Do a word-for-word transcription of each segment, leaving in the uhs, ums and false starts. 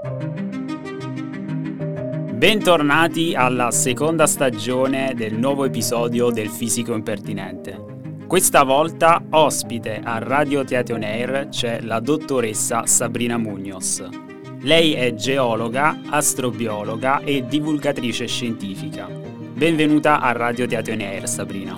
Bentornati alla seconda stagione del nuovo episodio del Fisico Impertinente. Questa volta ospite a Radio Teatro On Air c'è la dottoressa Sabrina Muñoz. Lei è geologa, astrobiologa e divulgatrice scientifica. Benvenuta a Radio Teatro On Air, Sabrina.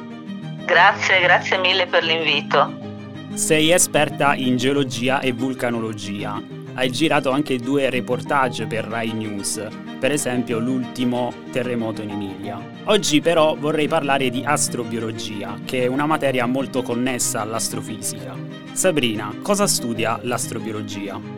Grazie, grazie mille per l'invito. Sei esperta in geologia e vulcanologia. Hai girato anche due reportage per Rai News, per esempio l'ultimo terremoto in Emilia. Oggi però vorrei parlare di astrobiologia, che è una materia molto connessa all'astrofisica. Sabrina, cosa studia l'astrobiologia?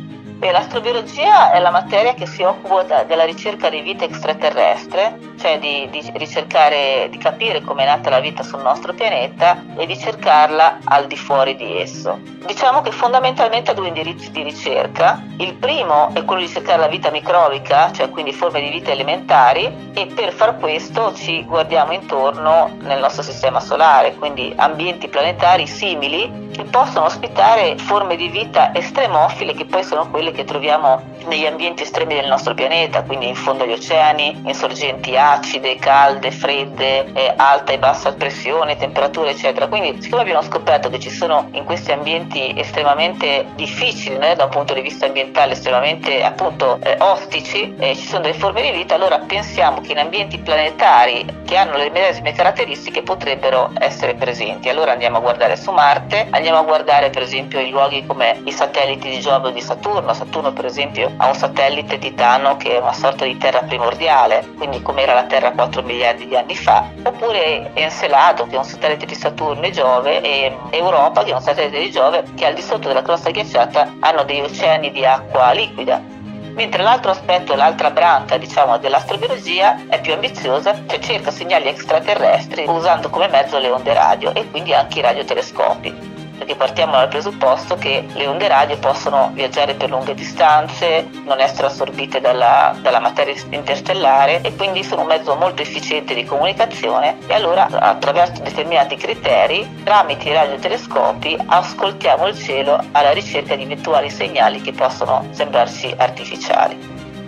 E l'astrobiologia è la materia che si occupa della ricerca di vita extraterrestre, cioè di, di ricercare, di capire come è nata la vita sul nostro pianeta e di cercarla al di fuori di esso. Diciamo che fondamentalmente ha due indirizzi di ricerca. Il primo è quello di cercare la vita microbica, cioè quindi forme di vita elementari, e per far questo ci guardiamo intorno nel nostro sistema solare, quindi ambienti planetari simili che possono ospitare forme di vita estremofile, che poi sono quelle che troviamo negli ambienti estremi del nostro pianeta, quindi in fondo agli oceani, in sorgenti acide, calde, fredde, eh, alta e bassa pressione, temperature eccetera. Quindi siccome abbiamo scoperto che ci sono in questi ambienti estremamente difficili, né, da un punto di vista ambientale, estremamente appunto eh, ostici, eh, ci sono delle forme di vita, allora pensiamo che in ambienti planetari che hanno le medesime caratteristiche potrebbero essere presenti. Allora andiamo a guardare su Marte, andiamo a guardare per esempio i luoghi come i satelliti di Giove o di Saturno. Saturno per esempio ha un satellite Titano che è una sorta di terra primordiale, quindi come era la Terra quattro miliardi di anni fa, oppure Encelado che è un satellite di Saturno e Giove, e Europa che è un satellite di Giove che al di sotto della crosta ghiacciata hanno degli oceani di acqua liquida. Mentre l'altro aspetto, l'altra branca diciamo dell'astrobiologia è più ambiziosa, cioè cerca segnali extraterrestri usando come mezzo le onde radio e quindi anche i radiotelescopi, perché partiamo dal presupposto che le onde radio possono viaggiare per lunghe distanze, non essere assorbite dalla, dalla materia interstellare e quindi sono un mezzo molto efficiente di comunicazione, e allora attraverso determinati criteri, tramite i radiotelescopi, ascoltiamo il cielo alla ricerca di eventuali segnali che possono sembrarci artificiali.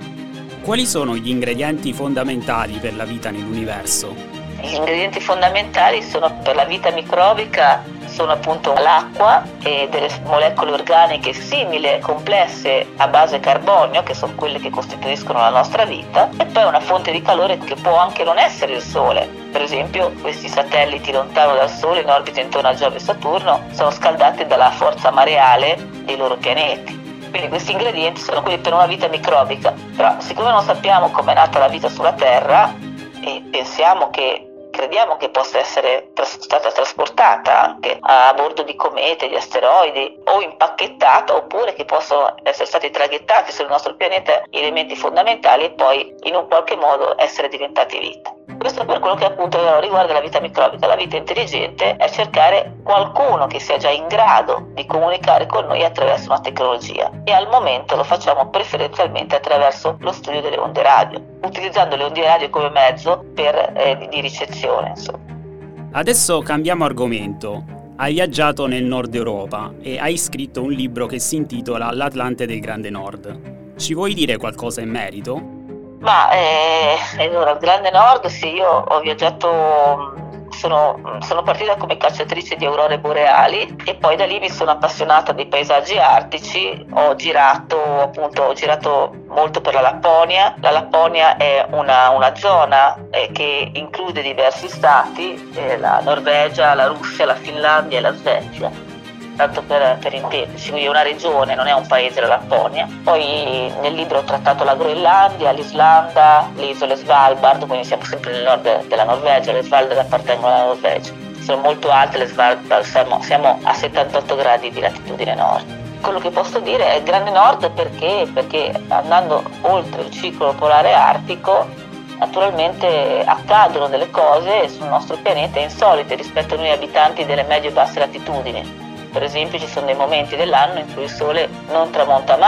Quali sono gli ingredienti fondamentali per la vita nell'universo? Gli ingredienti fondamentali sono per la vita microbica sono appunto l'acqua e delle molecole organiche simili, complesse a base carbonio, che sono quelle che costituiscono la nostra vita, e poi una fonte di calore che può anche non essere il Sole. Per esempio questi satelliti lontano dal Sole, in orbita intorno a Giove e Saturno, sono scaldati dalla forza mareale dei loro pianeti. Quindi questi ingredienti sono quelli per una vita microbica. Però siccome non sappiamo com'è nata la vita sulla Terra e pensiamo che crediamo che possa essere tras- stata trasportata anche a bordo di comete, di asteroidi, o impacchettata, oppure che possono essere stati traghettati sul nostro pianeta elementi fondamentali e poi in un qualche modo essere diventati vita. Questo per quello che appunto riguarda la vita microbica. La vita intelligente è cercare qualcuno che sia già in grado di comunicare con noi attraverso una tecnologia, e al momento lo facciamo preferenzialmente attraverso lo studio delle onde radio, utilizzando le onde radio come mezzo per, eh, di ricezione, insomma. Adesso cambiamo argomento. Hai viaggiato nel Nord Europa e hai scritto un libro che si intitola L'Atlante del Grande Nord. Ci vuoi dire qualcosa in merito? Ma eh, allora, il Grande Nord, sì, io ho viaggiato, sono, sono partita come cacciatrice di aurore boreali e poi da lì mi sono appassionata dei paesaggi artici. Ho girato appunto, ho girato molto per la Lapponia. La Lapponia è una, una zona eh, che include diversi stati, eh, la Norvegia, la Russia, la Finlandia e la Svezia. Tanto per, per intenderci, quindi è una regione, non è un paese la Lapponia. Poi nel libro ho trattato la Groenlandia, l'Islanda, le isole Svalbard, quindi siamo sempre nel nord della Norvegia, le Svalbard appartengono alla Norvegia. Sono molto alte le Svalbard, siamo, siamo a settantotto gradi di latitudine nord. Quello che posso dire è il Grande Nord perché, perché andando oltre il ciclo polare artico, naturalmente accadono delle cose sul nostro pianeta insolite rispetto a noi abitanti delle medie e basse latitudini. Per esempio ci sono dei momenti dell'anno in cui il sole non tramonta mai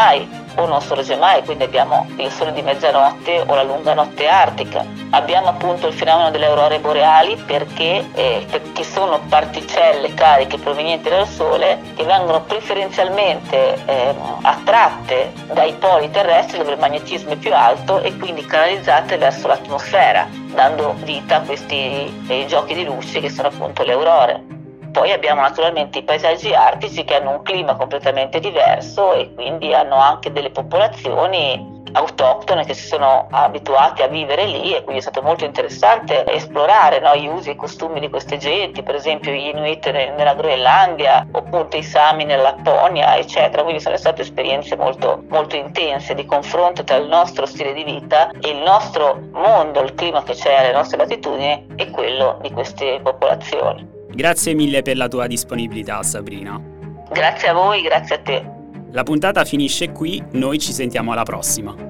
o non sorge mai, quindi abbiamo il sole di mezzanotte o la lunga notte artica. Abbiamo appunto il fenomeno delle aurore boreali perché, eh, perché sono particelle cariche provenienti dal sole che vengono preferenzialmente eh, attratte dai poli terrestri dove il magnetismo è più alto e quindi canalizzate verso l'atmosfera, dando vita a questi eh, giochi di luce che sono appunto le aurore. Poi abbiamo naturalmente i paesaggi artici che hanno un clima completamente diverso e quindi hanno anche delle popolazioni autoctone che si sono abituati a vivere lì, e quindi è stato molto interessante esplorare, no, gli usi e i costumi di queste genti, per esempio gli Inuit nella Groenlandia oppure i Sami nella Lapponia, eccetera. Quindi sono state esperienze molto, molto intense di confronto tra il nostro stile di vita e il nostro mondo, il clima che c'è alle nostre latitudini e quello di queste popolazioni. Grazie mille per la tua disponibilità, Sabrina. Grazie a voi, grazie a te. La puntata finisce qui, noi ci sentiamo alla prossima.